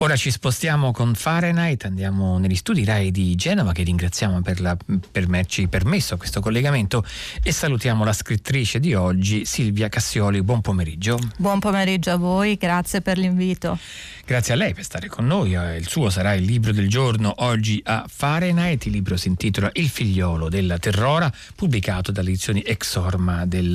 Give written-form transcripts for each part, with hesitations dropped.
Ora ci spostiamo con Fahrenheit, andiamo negli studi RAI di Genova, che ringraziamo per averci permesso questo collegamento, e salutiamo la scrittrice di oggi, Silvia Cassioli. Buon pomeriggio. Buon pomeriggio a voi, grazie per l'invito. Grazie a lei per stare con noi. Il suo sarà il libro del giorno oggi a Fahrenheit. Il libro si intitola Il figliolo della Terrora, pubblicato dalle edizioni Exorma del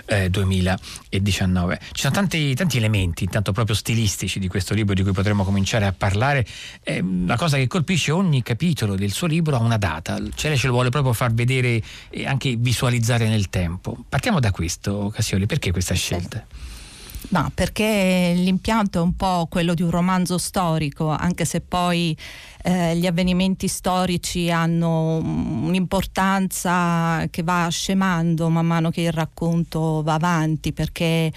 2019. Ci sono tanti elementi, intanto proprio stilistici, di questo libro di cui potremmo cominciare a parlare. La cosa che colpisce: ogni capitolo del suo libro ha una data, cioè lei ce lo vuole proprio far vedere e anche visualizzare nel tempo. Partiamo da questo, Cassioli, perché questa scelta? Ma perché l'impianto è un po' quello di un romanzo storico, anche se poi gli avvenimenti storici hanno un'importanza che va scemando man mano che il racconto va avanti, perché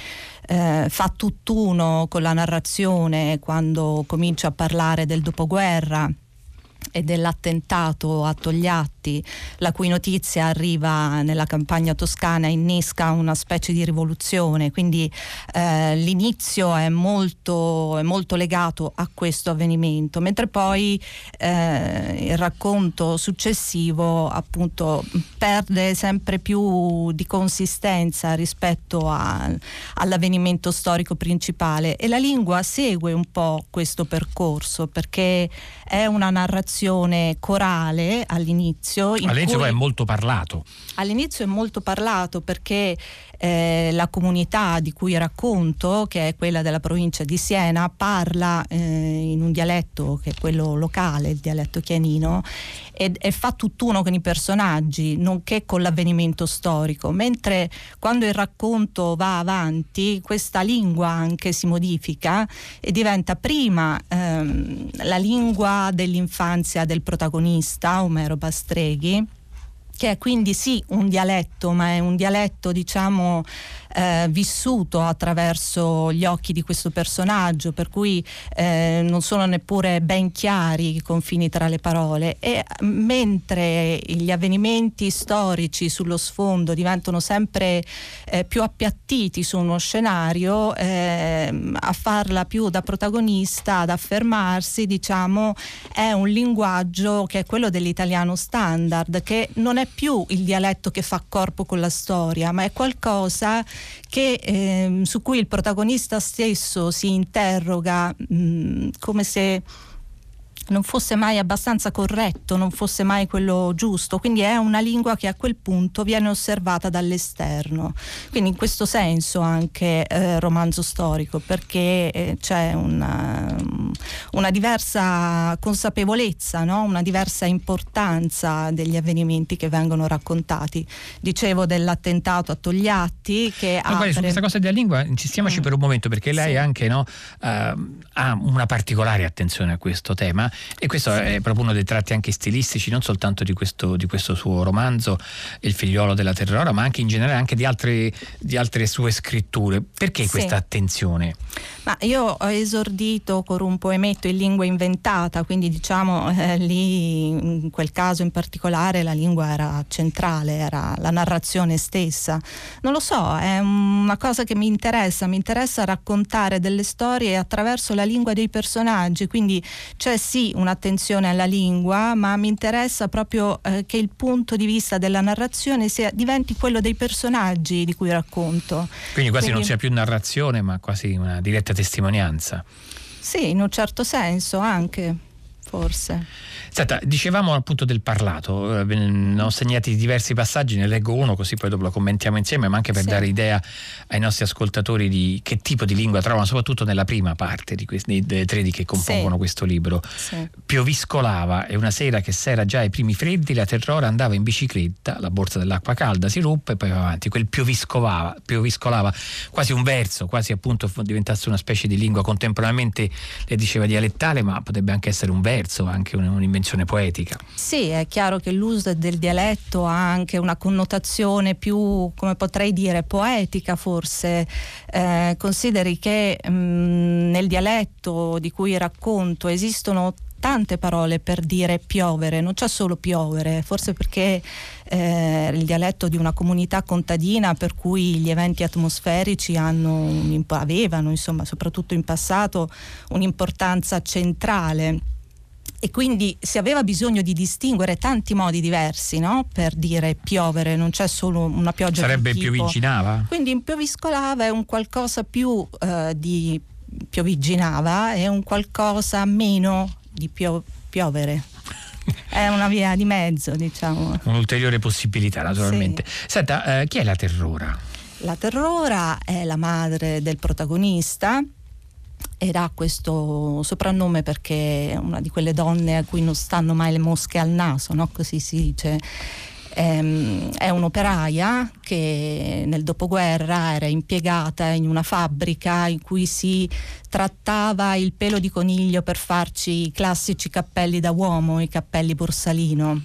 fa tutt'uno con la narrazione quando comincia a parlare del dopoguerra e dell'attentato a Togliatti, la cui notizia arriva nella campagna toscana, innesca una specie di rivoluzione. Quindi l'inizio è molto legato a questo avvenimento, mentre poi il racconto successivo appunto perde sempre più di consistenza rispetto all'avvenimento storico principale, e la lingua segue un po' questo percorso, perché è una narrazione corale all'inizio. All'inizio poi è molto parlato. All'inizio è molto parlato perché la comunità di cui racconto, che è quella della provincia di Siena, parla in un dialetto che è quello locale, il dialetto chianino, e fa tutt'uno con i personaggi, nonché con l'avvenimento storico, mentre quando il racconto va avanti questa lingua anche si modifica e diventa prima la lingua dell'infanzia del protagonista, Omero Bastreghi, che è quindi sì un dialetto, ma è un dialetto diciamo vissuto attraverso gli occhi di questo personaggio, per cui non sono neppure ben chiari i confini tra le parole, e mentre gli avvenimenti storici sullo sfondo diventano sempre più appiattiti su uno scenario, a farla più da protagonista, ad affermarsi, diciamo, è un linguaggio che è quello dell'italiano standard, che non è più il dialetto che fa corpo con la storia, ma è qualcosa che su cui il protagonista stesso si interroga, come se non fosse mai abbastanza corretto, non fosse mai quello giusto. Quindi è una lingua che a quel punto viene osservata dall'esterno. Quindi in questo senso anche romanzo storico, perché c'è una diversa consapevolezza, no? Una diversa importanza degli avvenimenti che vengono raccontati. Dicevo dell'attentato a Togliatti, che apre... Su questa cosa della lingua insistiamoci per un momento, perché lei anche ha una particolare attenzione a questo tema. E questo è proprio uno dei tratti anche stilistici, non soltanto di questo suo romanzo Il figliolo della Terrora, ma anche in generale anche di altre sue scritture. Perché questa attenzione? Ma io ho esordito con un poemetto in lingua inventata, quindi diciamo lì in quel caso in particolare la lingua era centrale, era la narrazione stessa. Non lo so, è una cosa che mi interessa raccontare delle storie attraverso la lingua dei personaggi, quindi c'è sì un'attenzione alla lingua, ma mi interessa proprio che il punto di vista della narrazione diventi quello dei personaggi di cui racconto. Quindi non sia più narrazione, ma quasi una diretta testimonianza. Sì, in un certo senso anche, forse. Senta, dicevamo appunto del parlato, ho segnati diversi passaggi, ne leggo uno così poi dopo lo commentiamo insieme, ma anche per dare idea ai nostri ascoltatori di che tipo di lingua trovano, soprattutto nella prima parte dei tre che compongono questo libro. Pioviscolava e una sera che s'era già ai primi freddi, la Terrora andava in bicicletta, la borsa dell'acqua calda si ruppe e poi va avanti. Quel pioviscolava, quasi un verso, quasi appunto diventasse una specie di lingua contemporaneamente, le diceva dialettale, ma potrebbe anche essere un verso, anche un'invenzione poetica. Sì, è chiaro che l'uso del dialetto ha anche una connotazione più, come potrei dire, poetica forse. Consideri che nel dialetto di cui racconto esistono tante parole per dire piovere, non c'è solo piovere, forse perché il dialetto di una comunità contadina per cui gli eventi atmosferici avevano, insomma, soprattutto in passato, un'importanza centrale. E quindi si aveva bisogno di distinguere tanti modi diversi, no? Per dire piovere, non c'è solo una pioggia. Sarebbe di tipo. pioviginava? Quindi pioviscolava è un qualcosa più di pioviginava, è un qualcosa meno di piovere. È una via di mezzo, diciamo. Un'ulteriore possibilità, naturalmente. Sì. Senta, chi è la Terrora? La Terrora è la madre del protagonista ed ha questo soprannome perché è una di quelle donne a cui non stanno mai le mosche al naso, no? Così si dice. È un'operaia che nel dopoguerra era impiegata in una fabbrica in cui si trattava il pelo di coniglio per farci i classici cappelli da uomo, i cappelli Borsalino.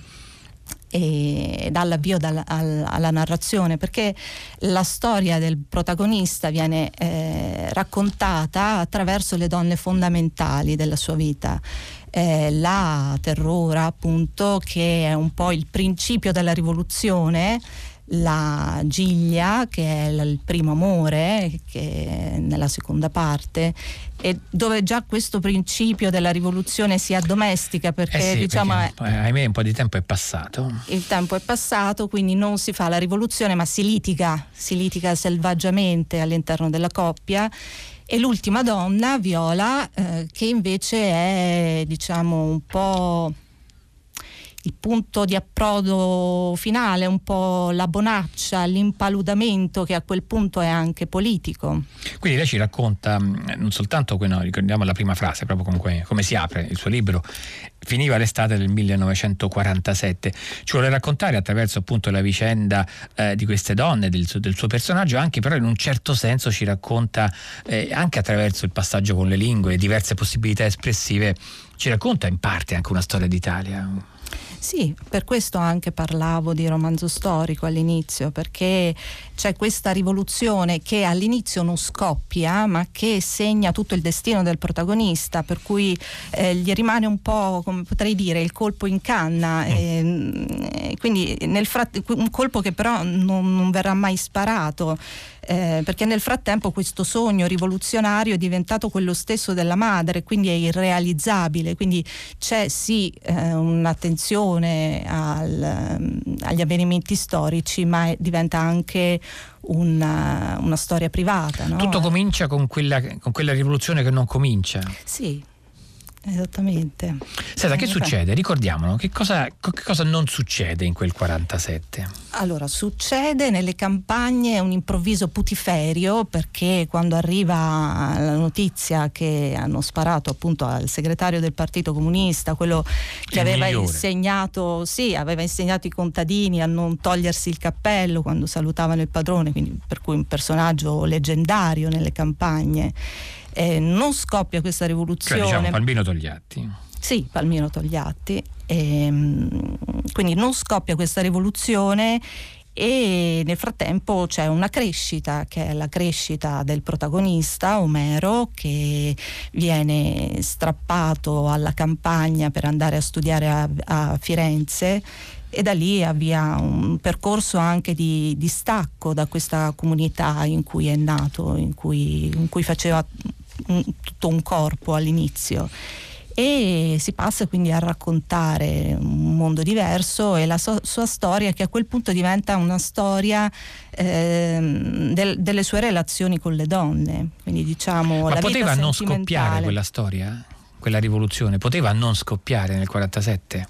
E dà l'avvio alla narrazione, perché la storia del protagonista viene raccontata attraverso le donne fondamentali della sua vita. La Terrora, appunto, che è un po' il principio della rivoluzione, la Giglia, che è il primo amore, che è nella seconda parte, e dove già questo principio della rivoluzione si addomestica, perché diciamo perché, ahimè, un po' di tempo è passato. Il tempo è passato, quindi non si fa la rivoluzione, ma si litiga selvaggiamente all'interno della coppia. E l'ultima donna, Viola, che invece è, diciamo, un po' il punto di approdo finale, un po' la bonaccia, l'impaludamento, che a quel punto è anche politico. Quindi lei ci racconta non soltanto, ricordiamo la prima frase, proprio come si apre il suo libro: finiva l'estate del 1947. Ci vuole raccontare attraverso appunto la vicenda di queste donne, del suo personaggio, anche però in un certo senso ci racconta, anche attraverso il passaggio con le lingue, diverse possibilità espressive, ci racconta in parte anche una storia d'Italia. Sì, per questo anche parlavo di romanzo storico all'inizio, perché c'è questa rivoluzione che all'inizio non scoppia, ma che segna tutto il destino del protagonista, per cui gli rimane un po', come potrei dire, il colpo in canna, quindi un colpo che però non verrà mai sparato. Perché nel frattempo questo sogno rivoluzionario è diventato quello stesso della madre, quindi è irrealizzabile, quindi c'è sì un'attenzione agli avvenimenti storici, ma diventa anche una storia privata, no? Tutto comincia con quella rivoluzione che non comincia. Sì. Esattamente. Senta, che succede? Ricordiamolo, che cosa non succede in quel 47? Allora, succede nelle campagne un improvviso putiferio, perché quando arriva la notizia che hanno sparato appunto al segretario del Partito Comunista, quello che aveva insegnato i contadini a non togliersi il cappello quando salutavano il padrone, quindi per cui un personaggio leggendario nelle campagne. Non scoppia questa rivoluzione. Cioè, diciamo Palmiro Togliatti. Sì, Palmiro Togliatti. Quindi non scoppia questa rivoluzione e nel frattempo c'è una crescita, che è la crescita del protagonista Omero, che viene strappato alla campagna per andare a studiare a Firenze, e da lì avvia un percorso anche di distacco da questa comunità in cui è nato, in cui faceva tutto un corpo all'inizio, e si passa quindi a raccontare un mondo diverso e la sua storia, che a quel punto diventa una storia delle sue relazioni con le donne, quindi diciamo la vita sentimentale. Ma poteva non scoppiare quella storia, quella rivoluzione? Poteva non scoppiare nel 47?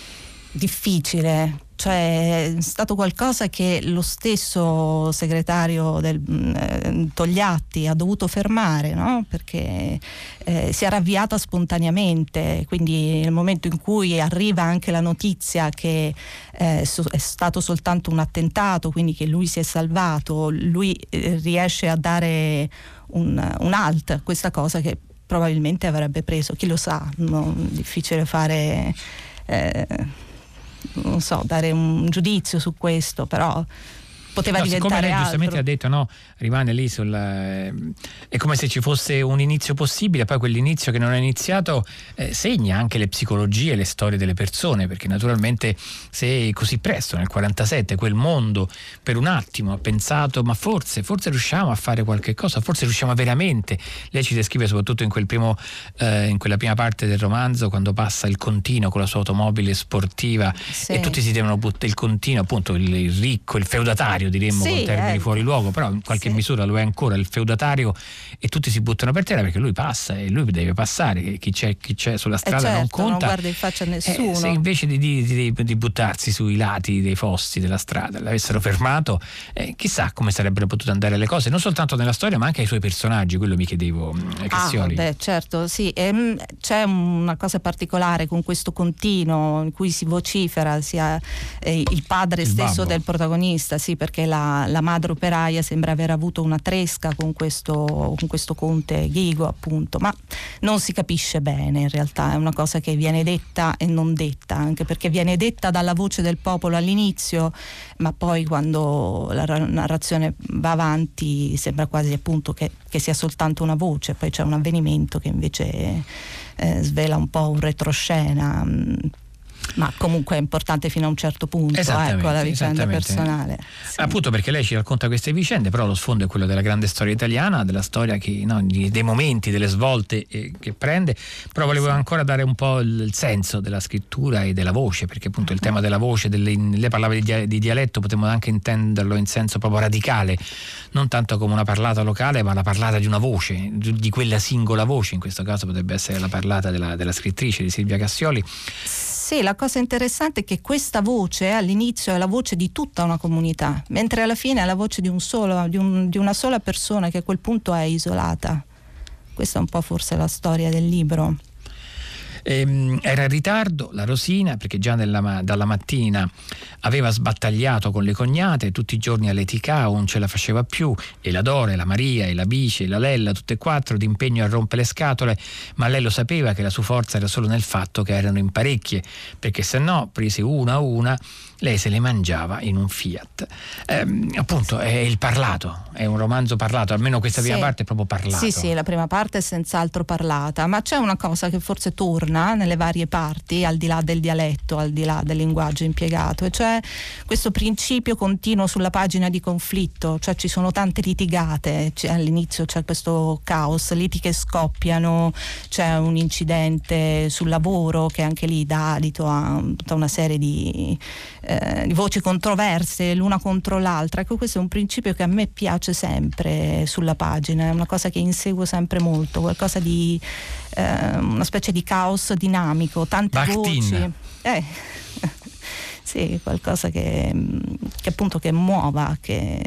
Difficile, cioè è stato qualcosa che lo stesso segretario Togliatti ha dovuto fermare, no? Perché si era avviata spontaneamente, quindi nel momento in cui arriva anche la notizia che è stato soltanto un attentato, quindi che lui si è salvato, lui riesce a dare un alt a questa cosa che probabilmente avrebbe preso, chi lo sa, difficile fare non so, dare un giudizio su questo, però poteva diventare siccome lei altro. giustamente ha detto, no, rimane lì è come se ci fosse un inizio possibile, poi quell'inizio che non è iniziato segna anche le psicologie, le storie delle persone, perché naturalmente se così presto nel 47 quel mondo per un attimo ha pensato ma forse riusciamo a fare qualche cosa, forse riusciamo veramente. Lei ci descrive soprattutto in quella prima parte del romanzo, quando passa il Contino con la sua automobile sportiva, sì. E tutti si devono buttare, il Contino appunto il ricco, il feudatario diremmo, sì, con termini fuori luogo, però in qualche misura lo è ancora il feudatario, e tutti si buttano per terra perché lui passa e lui deve passare, chi c'è sulla strada certo, non conta, non guarda in faccia a nessuno. Se invece di buttarsi sui lati dei fossi della strada l'avessero fermato, chissà come sarebbero potute andare le cose, non soltanto nella storia ma anche ai suoi personaggi. Quello mi chiedevo, Cassioli. Certo, sì. C'è una cosa particolare con questo Contino in cui si vocifera sia il padre stesso del protagonista, sì, perché la madre operaia sembra aver avuto una tresca con questo conte Ghigo, appunto, ma non si capisce bene in realtà, è una cosa che viene detta e non detta, anche perché viene detta dalla voce del popolo all'inizio, ma poi quando la narrazione va avanti sembra quasi appunto che sia soltanto una voce, poi c'è un avvenimento che invece svela un po' un retroscena, ma comunque è importante fino a un certo punto, ecco, la vicenda personale. Sì. Appunto perché lei ci racconta queste vicende, però lo sfondo è quello della grande storia italiana, della storia dei momenti, delle svolte che prende, però volevo ancora dare un po' il senso della scrittura e della voce, perché appunto il tema della voce, lei parlava di dialetto, potremmo anche intenderlo in senso proprio radicale, non tanto come una parlata locale, ma la parlata di una voce, di quella singola voce, in questo caso potrebbe essere la parlata della scrittrice, di Silvia Cassioli. Sì, la cosa interessante è che questa voce all'inizio è la voce di tutta una comunità, mentre alla fine è la voce di una sola persona che a quel punto è isolata. Questa è un po' forse la storia del libro. Era in ritardo la Rosina perché già dalla mattina aveva sbattagliato con le cognate, tutti i giorni a leticao, non ce la faceva più, e la Dora, e la Maria, e la Bice, e la Lella, tutte e quattro d'impegno a rompere le scatole, ma lei lo sapeva che la sua forza era solo nel fatto che erano in parecchie, perché se no, prese una a una, lei se le mangiava in un Fiat. Appunto è il parlato, è un romanzo parlato, almeno questa prima parte è proprio parlato. Sì, la prima parte è senz'altro parlata, ma c'è una cosa che forse torna nelle varie parti, al di là del dialetto, al di là del linguaggio impiegato, e cioè questo principio continuo sulla pagina di conflitto, cioè ci sono tante litigate, all'inizio c'è questo caos, litighe scoppiano, c'è un incidente sul lavoro che anche lì dà adito a tutta una serie di voci controverse l'una contro l'altra. Ecco, questo è un principio che a me piace sempre sulla pagina, è una cosa che inseguo sempre molto, qualcosa di una specie di caos dinamico, tante voci. Sì, qualcosa che appunto che muova, che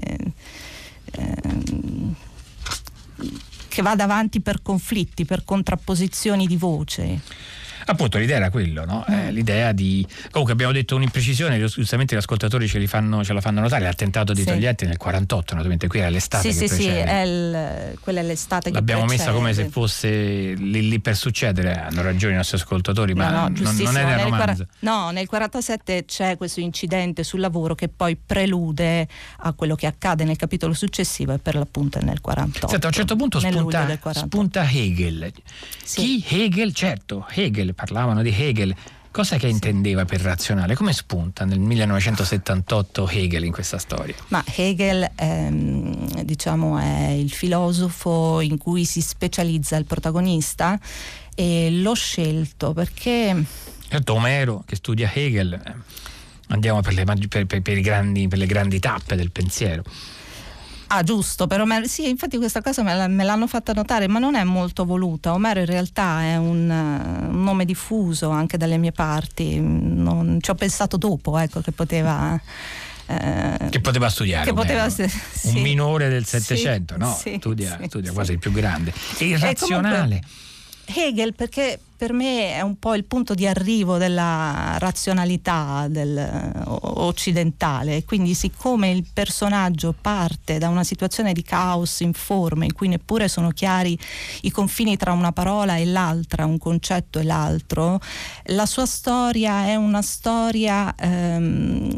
vada avanti per conflitti, per contrapposizioni di voce. Appunto l'idea era quello, no? L'idea di, comunque abbiamo detto un'imprecisione, giustamente gli ascoltatori ce la fanno notare, l'attentato di Togliatti nel 48, naturalmente qui era l'estate che precede. Quella è l'estate che l'abbiamo precede. Messa come se fosse lì per succedere, hanno ragione i nostri ascoltatori, ma non è nel romanzo. Nel 47 c'è questo incidente sul lavoro che poi prelude a quello che accade nel capitolo successivo, e per l'appunto è nel 48. Senta, a un certo punto spunta Hegel. Sì. Chi? Hegel? Certo, Hegel. Parlavano di Hegel. Cosa che intendeva per razionale? Come spunta nel 1978 Hegel in questa storia? Ma Hegel è il filosofo in cui si specializza il protagonista, e l'ho scelto perché Omero che studia Hegel, andiamo per le grandi tappe del pensiero. Giusto, però sì, infatti questa cosa me l'hanno fatta notare, ma non è molto voluta. Omero in realtà è un nome diffuso anche dalle mie parti, non ci ho pensato dopo, ecco, che poteva studiare, un minore del Settecento, no? Studia quasi il più grande. È irrazionale. Hegel, perché per me è un po' il punto di arrivo della razionalità occidentale, quindi siccome il personaggio parte da una situazione di caos informe in cui neppure sono chiari i confini tra una parola e l'altra, un concetto e l'altro, la sua storia è una storia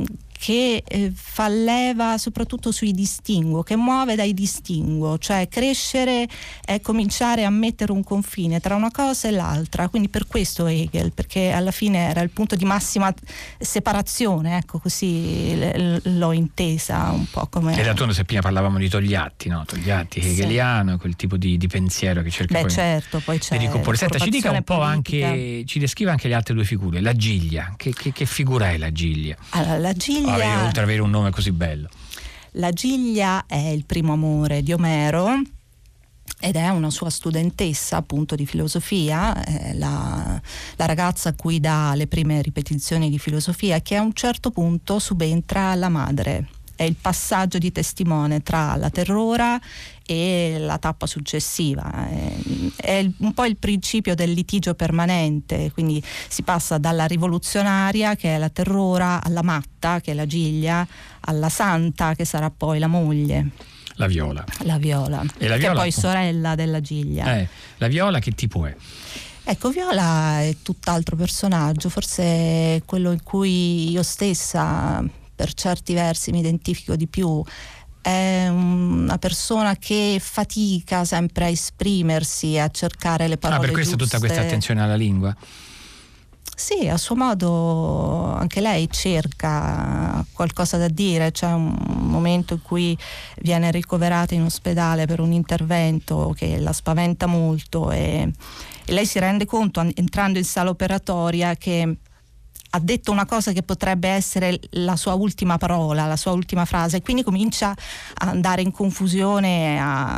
che fa leva soprattutto sui distinguo, che muove dai distinguo, cioè crescere è cominciare a mettere un confine tra una cosa e l'altra. Quindi per questo Hegel, perché alla fine era il punto di massima separazione, ecco, così l'ho intesa un po' come... E d'altronde, se prima parlavamo di Togliatti, no? Togliatti hegeliano, sì, quel tipo di pensiero che cerca poi, certo, poi c'è di ricomporre. Senta, ci dica un po' politica. anche, ci descriva anche le altre due figure. La Giglia, che figura è la Giglia? Allora, la Giglia, oltre ad avere un nome così bello. La Giglia è il primo amore di Omero ed è una sua studentessa appunto di filosofia, la ragazza a cui dà le prime ripetizioni di filosofia, che a un certo punto subentra la madre. È il passaggio di testimone tra la Terrora e la tappa successiva, è un po' il principio del litigio permanente, quindi si passa dalla rivoluzionaria, che è la Terrora, alla matta, che è la Giglia, alla santa, che sarà poi la moglie, la Viola, e la Viola, che è poi sorella della Giglia. La Viola che tipo è? Ecco, Viola è tutt'altro personaggio, forse quello in cui io stessa per certi versi mi identifico di più. È una persona che fatica sempre a esprimersi, a cercare le parole giuste. Per questo tutta questa attenzione alla lingua? Sì, a suo modo anche lei cerca qualcosa da dire. C'è un momento in cui viene ricoverata in ospedale per un intervento che la spaventa molto e lei si rende conto, entrando in sala operatoria, che ha detto una cosa che potrebbe essere la sua ultima parola, la sua ultima frase, e quindi comincia a andare in confusione,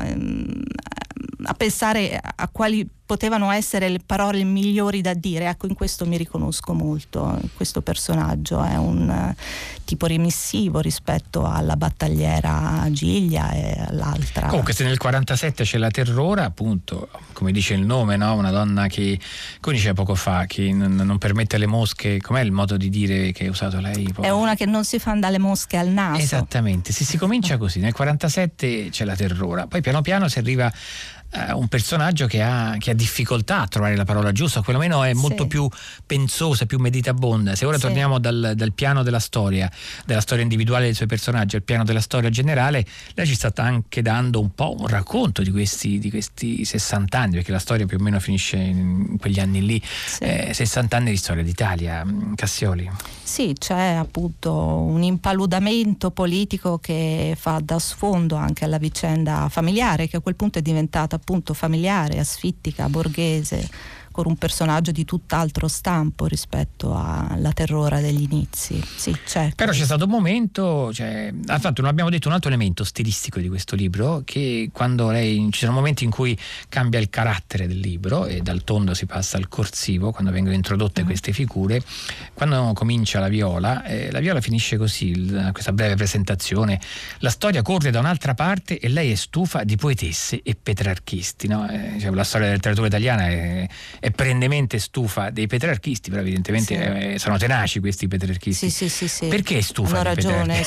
a pensare a quali potevano essere le parole migliori da dire. Ecco, in questo mi riconosco molto. Questo personaggio è un tipo remissivo rispetto alla battagliera Giglia e all'altra. Comunque, se nel 47 c'è la Terrora, appunto, come dice il nome, no? Una donna che, come diceva poco fa, che non permette alle mosche. Com'è il modo di dire che ha usato lei? È una che non si fa dalle mosche al naso. Esattamente, si comincia così. Nel 47 c'è la Terrora, poi piano piano si arriva un personaggio che ha difficoltà a trovare la parola giusta, o perlomeno è molto più pensosa, più meditabonda. Se ora torniamo dal piano della storia individuale dei suoi personaggi al piano della storia generale, lei ci sta anche dando un po' un racconto di questi 60 anni, perché la storia più o meno finisce in quegli anni lì. 60 anni di storia d'Italia. Cassioli. Sì, c'è appunto un impaludamento politico che fa da sfondo anche alla vicenda familiare, che a quel punto è diventata appunto familiare, asfittica, borghese, con un personaggio di tutt'altro stampo rispetto alla Terrora degli inizi. Sì, certo. Però c'è stato un momento, non abbiamo detto un altro elemento stilistico di questo libro, che quando ci sono momenti in cui cambia il carattere del libro e dal tondo si passa al corsivo, quando vengono introdotte queste figure. Quando comincia la Viola finisce così, questa breve presentazione: la storia corre da un'altra parte e lei è stufa di poetesse e petrarchisti, no? La storia della letteratura italiana è perennemente stufa dei petrarchisti, però evidentemente sono tenaci questi petrarchisti. Sì. Perché è stufa? Hanno ragione.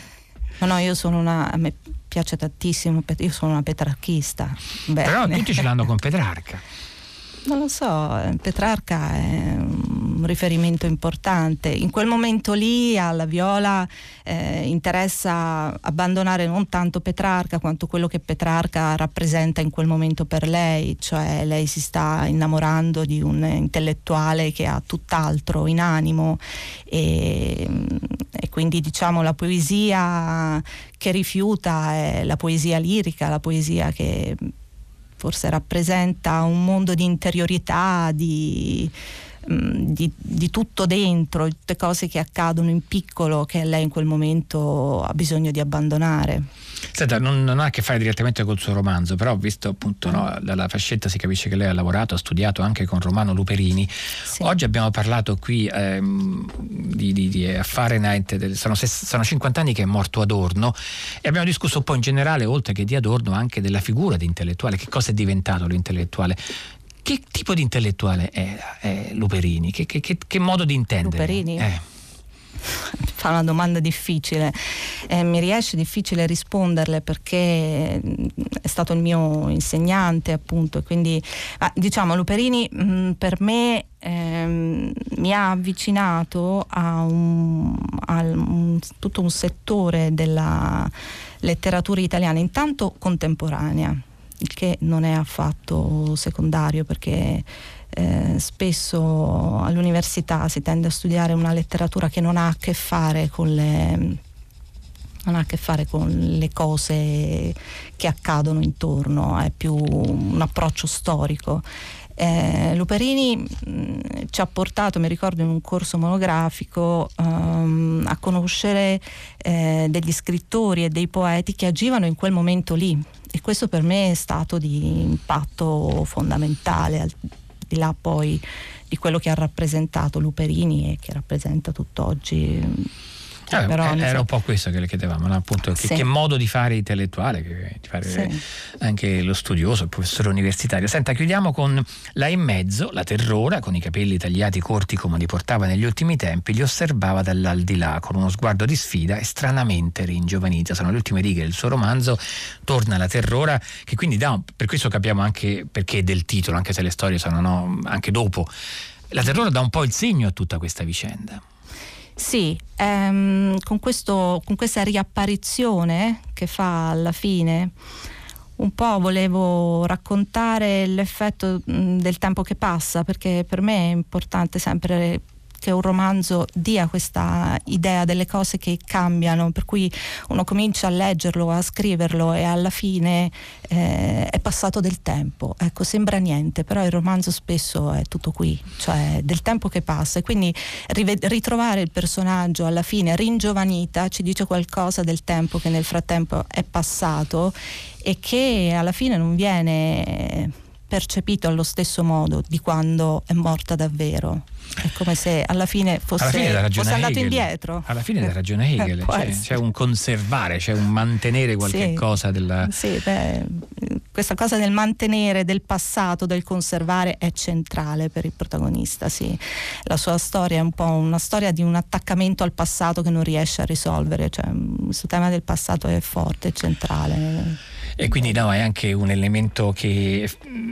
A me piace tantissimo, io sono una petrarchista. Però tutti ce l'hanno con Petrarca. Non lo so, Petrarca è un riferimento importante. In quel momento lì alla Viola interessa abbandonare non tanto Petrarca quanto quello che Petrarca rappresenta in quel momento per lei, cioè lei si sta innamorando di un intellettuale che ha tutt'altro in animo e quindi diciamo la poesia che rifiuta è la poesia lirica, la poesia che forse rappresenta un mondo di interiorità, di tutto dentro, tutte cose che accadono in piccolo che lei in quel momento ha bisogno di abbandonare. Senta, non ha a che fare direttamente col suo romanzo, però visto appunto dalla fascetta si capisce che lei ha lavorato, ha studiato anche con Romano Luperini. Oggi abbiamo parlato qui di Fahrenheit, sono 50 anni che è morto Adorno, e abbiamo discusso un po' in generale, oltre che di Adorno, anche della figura di intellettuale. Che cosa è diventato l'intellettuale? Che tipo di intellettuale è Luperini? Che modo di intendere? Luperini? Fa una domanda difficile, mi riesce difficile risponderle perché è stato il mio insegnante appunto, e quindi diciamo Luperini per me mi ha avvicinato a tutto un settore della letteratura italiana, intanto contemporanea, il che non è affatto secondario, perché spesso all'università si tende a studiare una letteratura che non ha a che fare con le cose che accadono intorno, è più un approccio storico. Luperini ci ha portato, mi ricordo, in un corso monografico a conoscere degli scrittori e dei poeti che agivano in quel momento lì, e questo per me è stato di impatto fondamentale, al di là poi di quello che ha rappresentato Luperini e che rappresenta tutt'oggi. Però, era un po' questo che le chiedevamo, no? Appunto, sì. che modo di fare intellettuale, di fare sì. anche lo studioso, il professore universitario. Senta, chiudiamo con La in mezzo, la Terrora, con i capelli tagliati corti come li portava negli ultimi tempi, li osservava dall'aldilà con uno sguardo di sfida e stranamente ringiovanita. Sono le ultime righe del suo romanzo. Torna la Terrora, che quindi per questo capiamo anche perché del titolo, anche se le storie sono anche dopo. La Terrora dà un po' il segno a tutta questa vicenda. Sì, con questa riapparizione che fa alla fine, un po' volevo raccontare l'effetto del tempo che passa, perché per me è importante sempre che un romanzo dia questa idea delle cose che cambiano, per cui uno comincia a leggerlo, a scriverlo e alla fine è passato del tempo. Ecco, sembra niente, però il romanzo spesso è tutto qui, cioè del tempo che passa, e quindi ritrovare il personaggio alla fine ringiovanita ci dice qualcosa del tempo che nel frattempo è passato e che alla fine non viene percepito allo stesso modo di quando è morta davvero. È come se alla fine fosse andato indietro. Alla fine dà ragione Hegel, c'è un conservare, c'è un mantenere qualche cosa della... Sì, questa cosa del mantenere, del passato, del conservare è centrale per il protagonista, sì. La sua storia è un po' una storia di un attaccamento al passato che non riesce a risolvere, cioè questo tema del passato è forte, è centrale. E quindi è anche un elemento che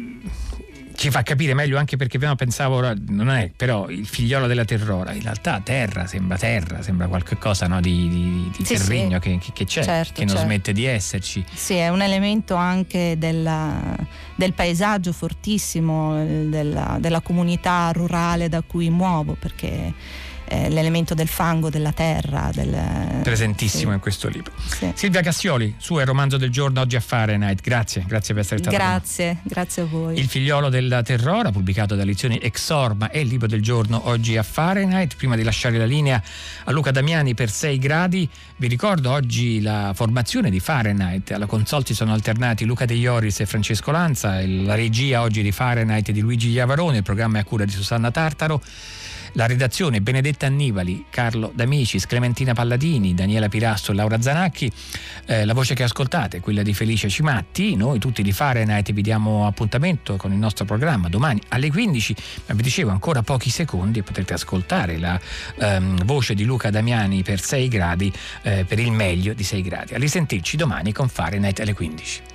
ci fa capire meglio, anche perché prima pensavo, non è però il figliolo della Terrora, in realtà terra, sembra qualche cosa, no, di terreno che c'è, certo, che non smette di esserci. Sì, è un elemento anche del paesaggio fortissimo, della comunità rurale da cui muovo, perché l'elemento del fango, della terra, presentissimo in questo libro. Sì. Silvia Cassioli, suo è il romanzo del giorno oggi a Fahrenheit. Grazie per essere stata grazie a voi. Il figliolo della Terrora, pubblicato da Edizioni Exorma, è il libro del giorno oggi a Fahrenheit. Prima di lasciare la linea a Luca Damiani per 6 gradi, vi ricordo oggi la formazione di Fahrenheit. Alla console si sono alternati Luca De Ioris e Francesco Lanza, la regia oggi di Fahrenheit di Luigi Iavarone, il programma è a cura di Susanna Tartaro. La redazione Benedetta Annibali, Carlo D'Amicis, Clementina Palladini, Daniela Pirasto e Laura Zanacchi. La voce che ascoltate è quella di Felice Cimatti. Noi tutti di Fahrenheit vi diamo appuntamento con il nostro programma domani alle 15, ma vi dicevo ancora pochi secondi e potrete ascoltare la voce di Luca Damiani per 6 gradi, per il meglio di 6 gradi. A risentirci domani con Fahrenheit alle 15.